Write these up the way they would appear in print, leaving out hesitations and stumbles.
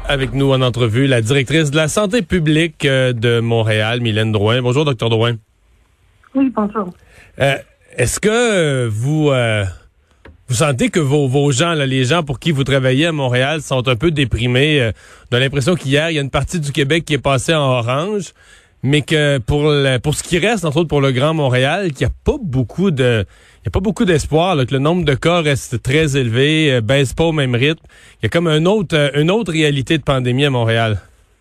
Avec nous en entrevue, la directrice de la santé publique de Montréal, Mylène Drouin. Bonjour, Dr Drouin. Oui, bonjour. Est-ce que vous sentez que vos gens, là, les gens pour qui vous travaillez à Montréal, sont un peu déprimés? On a l'impression qu'hier, il y a une partie du Québec qui est passée en orange, mais que pour ce qui reste, entre autres pour le Grand Montréal, qu'il n'y a pas beaucoup d'espoir, là, que le nombre de cas reste très élevé, baisse pas au même rythme. Il y a comme une autre réalité de pandémie à Montréal.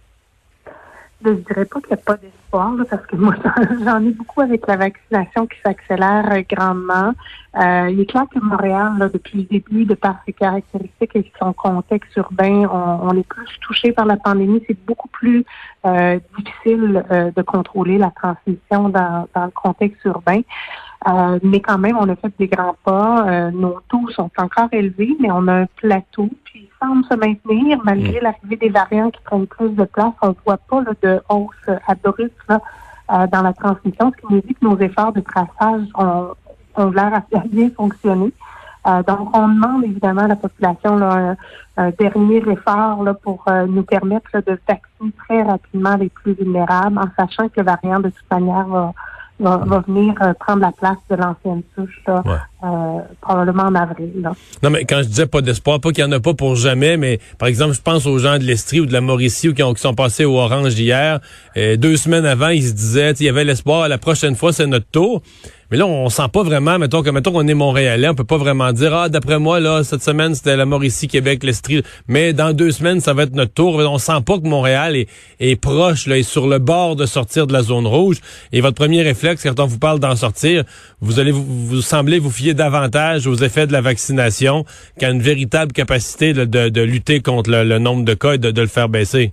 Je dirais pas qu'il n'y a pas d'espoir, là, parce que moi, j'en ai beaucoup avec la vaccination qui s'accélère grandement. Il est clair que Montréal, là, depuis le début, de par ses caractéristiques et son contexte urbain, on est plus touché par la pandémie. C'est beaucoup plus difficile de contrôler la transmission dans le contexte urbain. Mais quand même, on a fait des grands pas. Nos taux sont encore élevés, mais on a un plateau, puis il semble se maintenir malgré l'arrivée des variants qui prennent plus de place. On ne voit pas là, de hausse abrupte dans la transmission, ce qui nous dit que nos efforts de traçage ont l'air à bien fonctionner. Donc, on demande évidemment à la population là, un dernier effort là, pour nous permettre là, de vacciner très rapidement les plus vulnérables, en sachant que le variant, de toute manière, va venir prendre la place de l'ancienne souche, là, probablement en avril. Là. Non, mais quand je disais pas d'espoir, pas qu'il n'y en a pas pour jamais, mais par exemple, je pense aux gens de l'Estrie ou de la Mauricie ou qui sont passés au orange hier. 2 semaines avant, ils se disaient, il y avait l'espoir, la prochaine fois, c'est notre tour. Mais là, on sent pas vraiment, mettons qu'on est Montréalais, on peut pas vraiment dire, d'après moi, là, cette semaine, c'était la Mauricie, Québec, l'Estrie. Mais dans 2 semaines, ça va être notre tour. On sent pas que Montréal est proche, là, est sur le bord de sortir de la zone rouge. Et votre premier réflexe, quand on vous parle d'en sortir, vous semblez vous fier davantage aux effets de la vaccination qu'à une véritable capacité là, de lutter contre le nombre de cas et de le faire baisser.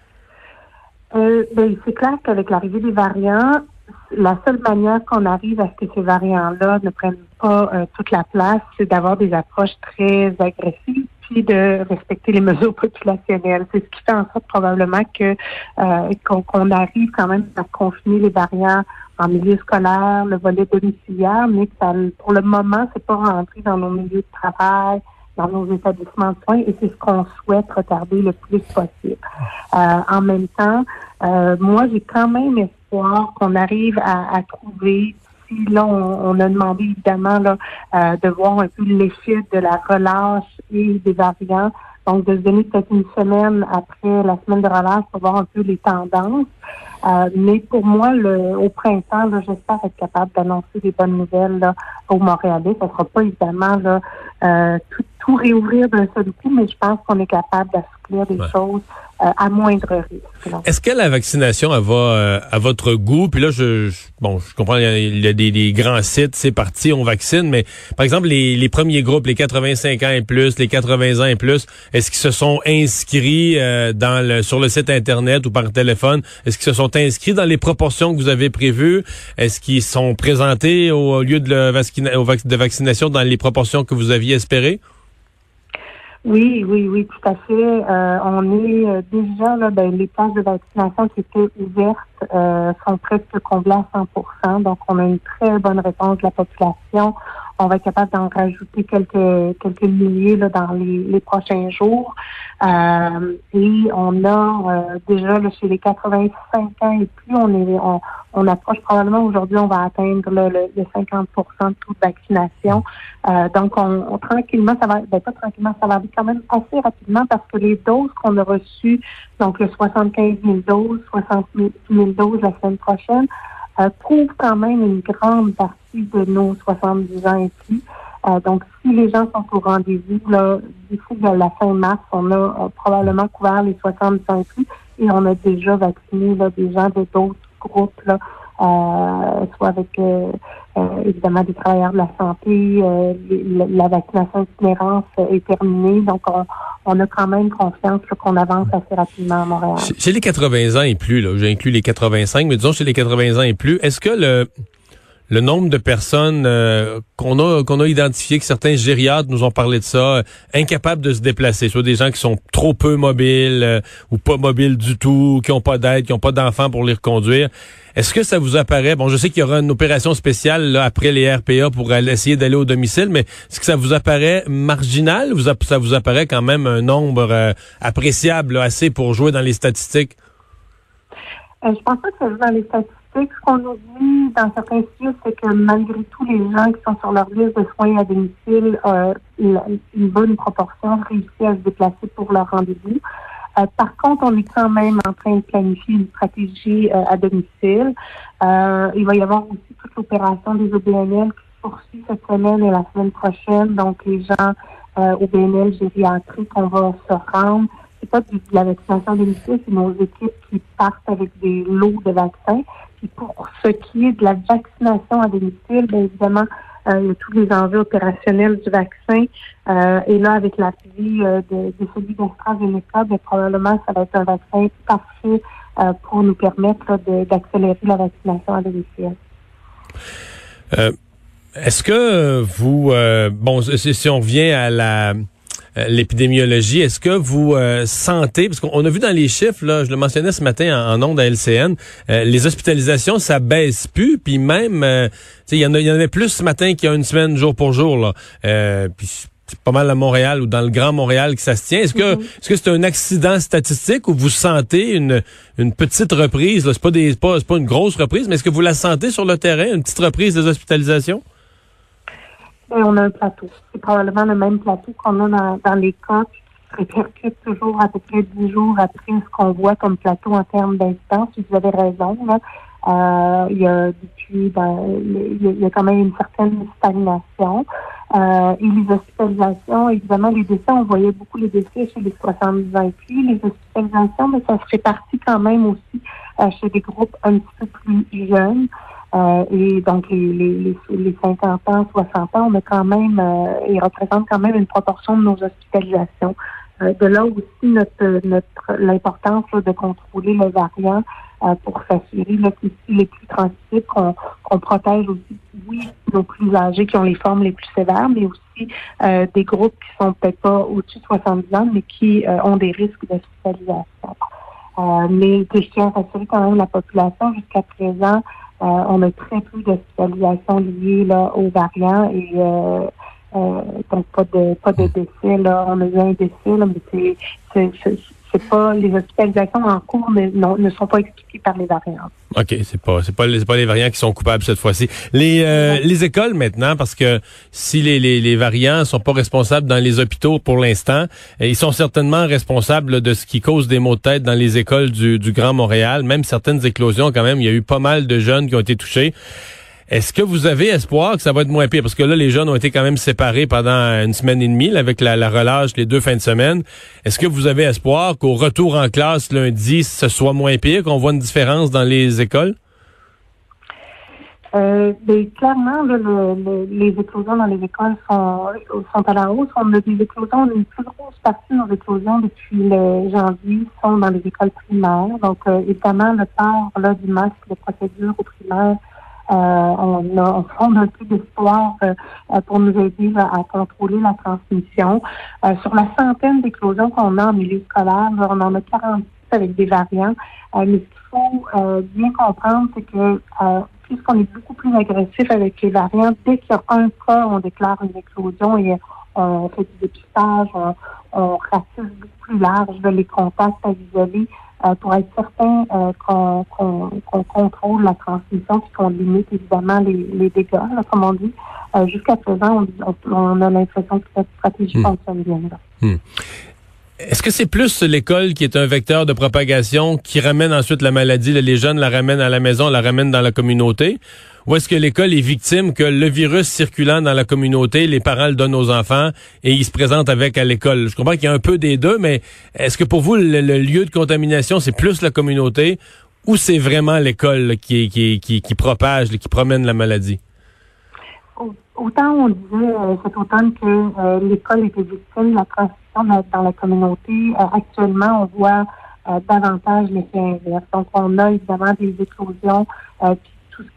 C'est clair qu'avec l'arrivée des variants, la seule manière qu'on arrive à ce que ces variants-là ne prennent pas toute la place, c'est d'avoir des approches très agressives puis de respecter les mesures populationnelles. C'est ce qui fait en sorte probablement que qu'on arrive quand même à confiner les variants en milieu scolaire, le volet domiciliaire, mais que ça, pour le moment, c'est pas rentré dans nos milieux de travail, dans nos établissements de soins, et c'est ce qu'on souhaite retarder le plus possible. En même temps, moi, j'ai quand même espoir qu'on arrive à trouver, si là, on a demandé évidemment là, de voir un peu l'effet de la relâche et des variants, donc de se donner peut-être une semaine après la semaine de relâche pour voir un peu les tendances. Mais pour moi, au printemps, là, j'espère être capable d'annoncer des bonnes nouvelles là, aux Montréalais. Ça ne sera pas évidemment là, tout réouvrir d'un seul coup, mais je pense qu'on est capable d'assouplir des choses à moindre risque. Là. Est-ce que la vaccination elle va à votre goût? Puis là, je comprends, il y a des grands sites, c'est parti, on vaccine, mais par exemple, les premiers groupes, les 85 ans et plus, les 80 ans et plus, est-ce qu'ils se sont inscrits sur le site Internet ou par téléphone? Est-ce qu'ils se sont inscrits dans les proportions que vous avez prévues? Est-ce qu'ils sont présentés au lieu de vaccination dans les proportions que vous aviez espérées? Oui, tout à fait. On est déjà là, les places de vaccination qui étaient ouvertes sont presque comblées à 100%. Donc, on a une très bonne réponse de la population. On va être capable d'en rajouter quelques milliers là, dans les prochains jours. Et on a déjà là, chez les 85 ans et plus, on approche probablement aujourd'hui, on va atteindre là, le 50% de taux de vaccination. Donc, on tranquillement, ça va, pas tranquillement, ça va aller quand même assez rapidement parce que les doses qu'on a reçues, donc le 75 000 doses, 60 000 doses la semaine prochaine, couvrent quand même une grande partie de nos 70 ans et plus. Donc, si les gens sont au rendez-vous, là, d'ici la fin mars, on a probablement couvert les 70 ans et plus et on a déjà vacciné là, des gens de d'autres groupes, là, soit avec évidemment des travailleurs de la santé, la vaccination itinérance est terminée, donc on a quand même confiance là, qu'on avance assez rapidement à Montréal. Chez les 80 ans et plus, là, j'ai inclus les 85, mais disons chez les 80 ans et plus, est-ce que le nombre de personnes qu'on a identifié, que certains gériatres nous ont parlé de ça, incapables de se déplacer, soit des gens qui sont trop peu mobiles ou pas mobiles du tout, qui ont pas d'aide, qui ont pas d'enfants pour les reconduire. Est-ce que ça vous apparaît, bon, je sais qu'il y aura une opération spéciale là, après les RPA pour essayer d'aller au domicile, mais est-ce que ça vous apparaît marginal ou ça vous apparaît quand même un nombre appréciable, là, assez pour jouer dans les statistiques? Je pense pas que ça joue dans les statistiques. Ce qu'on nous dit dans certains sites, c'est que malgré tout, les gens qui sont sur leur liste de soins à domicile, une bonne proportion réussit à se déplacer pour leur rendez-vous. Par contre, on est quand même en train de planifier une stratégie à domicile. Il va y avoir aussi toute l'opération des OBNL qui se poursuit cette semaine et la semaine prochaine. Donc, les gens OBNL gériatriques, on va se rendre. C'est pas de la vaccination à domicile, c'est nos équipes qui partent avec des lots de vaccins. Puis pour ce qui est de la vaccination à domicile, bien évidemment, il y a tous les enjeux opérationnels du vaccin. Et là, avec l'appui de celui d'AstraZeneca, bien, probablement, ça va être un vaccin parfait pour nous permettre là, d'accélérer la vaccination à domicile. Est-ce que vous, si on revient à l'épidémiologie, est-ce que vous sentez, parce qu'on a vu dans les chiffres, là, je le mentionnais ce matin en ondes à LCN, les hospitalisations, ça baisse plus, puis même, il y en avait plus ce matin qu'il y a une semaine, jour pour jour, là. Puis c'est pas mal à Montréal ou dans le Grand Montréal que ça se tient. Est-ce que c'est un accident statistique ou vous sentez une petite reprise, là? C'est pas une grosse reprise, mais est-ce que vous la sentez sur le terrain, une petite reprise des hospitalisations? Et on a un plateau. C'est probablement le même plateau qu'on a dans les cas qui se répercute toujours à peu près 10 jours après ce qu'on voit comme plateau en termes d'incidence. Vous avez raison, là. Il y a quand même une certaine stagnation. Et les hospitalisations, évidemment, les décès, on voyait beaucoup les décès chez les 70 ans et plus. Les hospitalisations, mais ça se répartit quand même aussi chez des groupes un petit peu plus jeunes. Et donc, les 50 ans, 60 ans, on a quand même, ils représentent quand même une proportion de nos hospitalisations. De là aussi l'importance là, de contrôler le variant pour s'assurer là, que les plus transmissibles, qu'on protège aussi, oui, nos plus âgés qui ont les formes les plus sévères, mais aussi des groupes qui sont peut-être pas au-dessus de 70 ans, mais qui ont des risques d'hospitalisation. Mais je tiens à rassurer quand même la population jusqu'à présent. On a très peu d'hospitalisations liées là, aux variants et donc pas de décès. Là. On a eu un décès, là, mais c'est pas les hospitalisations en cours ne sont pas expliquées par les variants. OK, c'est pas les variants qui sont coupables cette fois-ci. Les écoles maintenant, parce que si les variants sont pas responsables dans les hôpitaux pour l'instant, ils sont certainement responsables de ce qui cause des maux de tête dans les écoles du Grand Montréal. Même certaines éclosions quand même, il y a eu pas mal de jeunes qui ont été touchés. Est-ce que vous avez espoir que ça va être moins pire? Parce que là, les jeunes ont été quand même séparés pendant une semaine et demie, là, avec la relâche les 2 fins de semaine. Est-ce que vous avez espoir qu'au retour en classe lundi, ce soit moins pire, qu'on voit une différence dans les écoles? Clairement, là, les éclosions dans les écoles sont à la hausse. On a des éclosions, une plus grosse partie de nos éclosions depuis le janvier sont dans les écoles primaires. Donc, évidemment, le port là, du masque de procédure aux primaires, on a un peu d'espoir pour nous aider à contrôler la transmission. Sur la centaine d'éclosions qu'on a en milieu scolaire, là, on en a 46 avec des variants. Mais ce qu'il faut bien comprendre, c'est que puisqu'on est beaucoup plus agressif avec les variants, dès qu'il y a un cas, on déclare une éclosion et on fait du dépistage, on ratisse beaucoup plus large les contacts à isoler pour être certain qu'on contrôle la transmission et qu'on limite évidemment les dégâts, là, comme on dit. Jusqu'à présent, on a l'impression que cette stratégie fonctionne bien. Là. Est-ce que c'est plus l'école qui est un vecteur de propagation qui ramène ensuite la maladie, les jeunes la ramènent à la maison, la ramènent dans la communauté? Ou est-ce que l'école est victime que le virus circulant dans la communauté, les parents le donnent aux enfants et ils se présentent avec à l'école? Je comprends qu'il y a un peu des deux, mais est-ce que pour vous, le lieu de contamination, c'est plus la communauté ou c'est vraiment l'école là, qui propage, là, qui promène la maladie? Autant on disait cet automne que l'école était victime de la transmission dans la communauté, actuellement, on voit davantage l'effet inverse. Donc, on a évidemment des éclosions, puis tout ce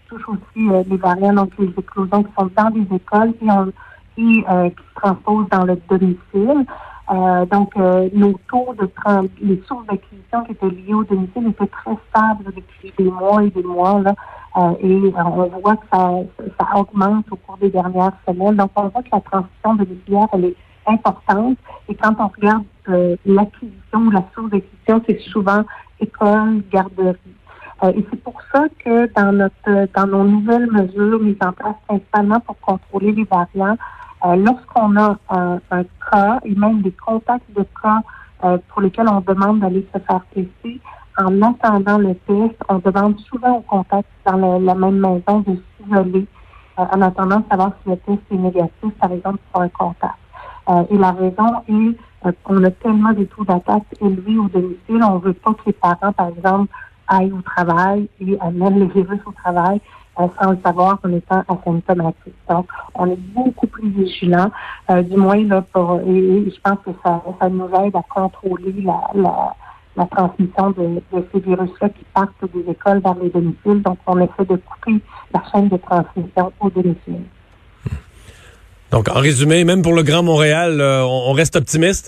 touche aussi les variants, donc les éclosions qui sont dans les écoles et qui se transposent dans le domicile. Donc, nos taux les sources d'acquisition qui étaient liées au domicile étaient très stables depuis des mois et des mois, là. Et on voit que ça augmente au cours des dernières semaines. Donc, on voit que la transition domiciliaire, elle est importante. Et quand on regarde l'acquisition ou la source d'acquisition, c'est souvent école, garderie. Et c'est pour ça que dans nos nouvelles mesures mises en place principalement pour contrôler les variants, lorsqu'on a un cas et même des contacts de cas pour lesquels on demande d'aller se faire tester, en attendant le test, on demande souvent aux contacts dans la même maison de s'isoler en attendant de savoir si le test est négatif, par exemple, pour un contact. Et la raison est qu'on a tellement des taux d'attaque élevés au domicile, on ne veut pas que les parents, par exemple, aillent au travail et amènent le virus au travail sans le savoir en étant asymptomatique. Donc, on est beaucoup plus vigilants, du moins là et je pense que ça nous aide à contrôler la transmission de ces virus-là qui partent des écoles vers les domiciles. Donc, on essaie de couper la chaîne de transmission au domicile. Donc, en résumé, même pour le Grand Montréal, on reste optimiste?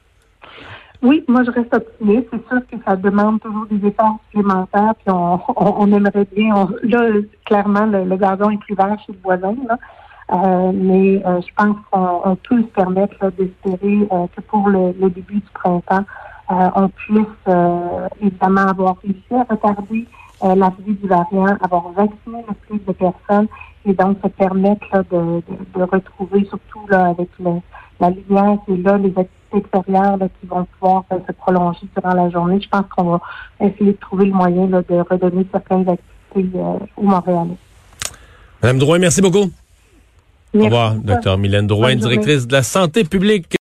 Oui, moi je reste optimiste. C'est sûr que ça demande toujours des efforts supplémentaires, puis on aimerait bien. Là, clairement, le gazon est plus vert chez le voisin, là. Mais je pense qu'on peut se permettre là, d'espérer que pour le début du printemps, on puisse évidemment avoir réussi à retarder l'arrivée du variant, avoir vacciné le plus de personnes et donc se permettre là, de retrouver, surtout là avec la lumière qui est là, les activités extérieures là, qui vont pouvoir se prolonger durant la journée. Je pense qu'on va essayer de trouver le moyen là, de redonner certaines activités aux Montréalais. Madame Drouin, merci beaucoup. Merci. Au revoir, Dr. Mylène Drouin, directrice de la santé publique.